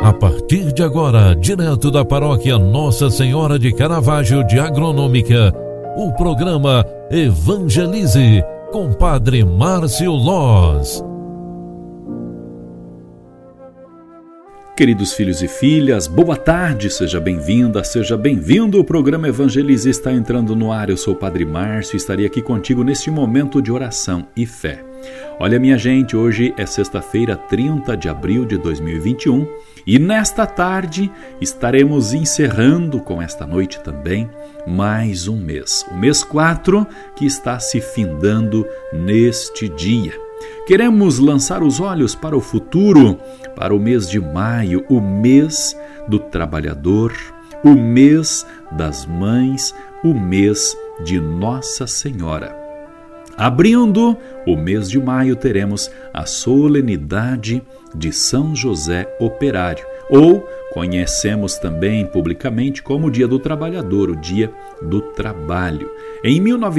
A partir de agora, direto da paróquia Nossa Senhora de Caravaggio de Agronômica, o programa Evangelize com Padre Márcio Loz. Queridos filhos e filhas, boa tarde, seja bem-vinda, seja bem-vindo. O programa Evangelize está entrando no ar. Eu sou o Padre Márcio e estarei aqui contigo neste momento de oração e fé. Olha, minha gente, hoje é sexta-feira, 30 de abril de 2021 e nesta tarde estaremos encerrando com esta noite também mais um mês. O mês 4 que está se findando neste dia. Queremos lançar os olhos para o futuro, para o mês de maio, o mês do trabalhador, o mês das mães, o mês de Nossa Senhora. Abrindo o mês de maio, teremos a solenidade de São José Operário, ou conhecemos também publicamente como o Dia do Trabalhador, o Dia do Trabalho. Em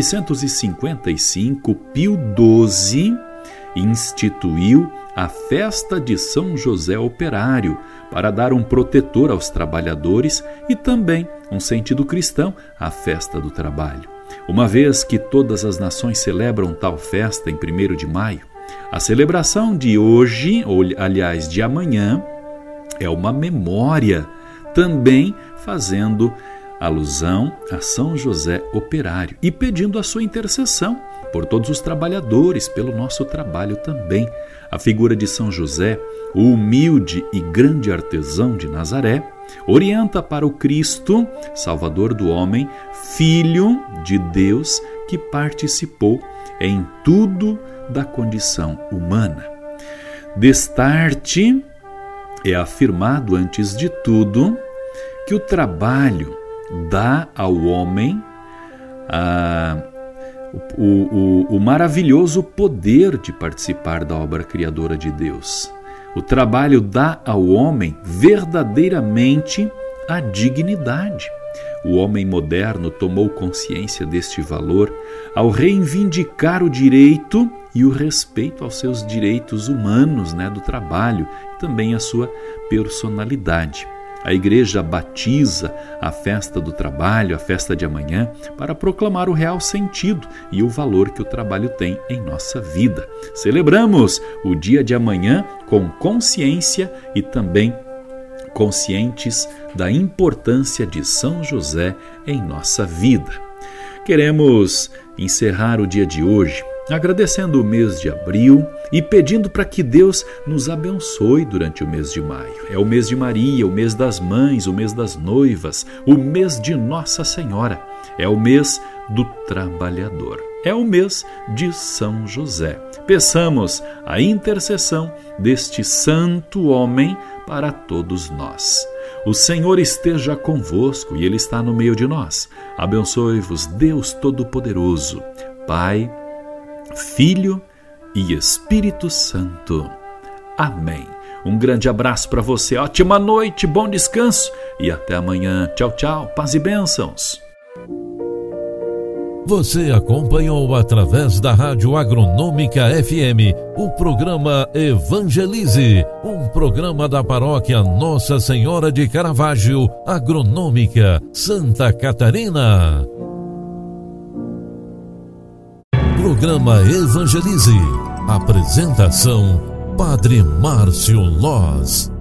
1955, Pio XII instituiu a festa de São José Operário para dar um protetor aos trabalhadores e também um sentido cristão à festa do trabalho. Uma vez que todas as nações celebram tal festa em 1º de maio, a celebração de hoje, ou aliás de amanhã, é uma memória, também fazendo alusão a São José Operário e pedindo a sua intercessão por todos os trabalhadores, pelo nosso trabalho também. A figura de São José, o humilde e grande artesão de Nazaré, orienta para o Cristo, Salvador do homem, Filho de Deus, que participou em tudo da condição humana. Destarte é afirmado, antes de tudo, que o trabalho dá ao homem o maravilhoso poder de participar da obra criadora de Deus. O trabalho dá ao homem verdadeiramente a dignidade. O homem moderno tomou consciência deste valor ao reivindicar o direito e o respeito aos seus direitos humanos, do trabalho, e também a sua personalidade. A Igreja batiza a festa do trabalho, a festa de amanhã, para proclamar o real sentido e o valor que o trabalho tem em nossa vida. Celebramos o dia de amanhã com consciência e também conscientes da importância de São José em nossa vida. Queremos encerrar o dia de hoje agradecendo o mês de abril e pedindo para que Deus nos abençoe durante o mês de maio. É o mês de Maria, o mês das mães, o mês das noivas, o mês de Nossa Senhora. É o mês do trabalhador. É o mês de São José. Peçamos a intercessão deste santo homem para todos nós. O Senhor esteja convosco e Ele está no meio de nós. Abençoe-vos, Deus Todo-Poderoso, Pai, Filho e Espírito Santo. Amém. Um grande abraço para você, ótima noite, bom descanso e até amanhã. Tchau, tchau, paz e bênçãos. Você acompanhou através da Rádio Agronômica FM o programa Evangelize, um programa da paróquia Nossa Senhora de Caravaggio, Agronômica, Santa Catarina. Programa Evangelize. Apresentação: Padre Márcio Loz.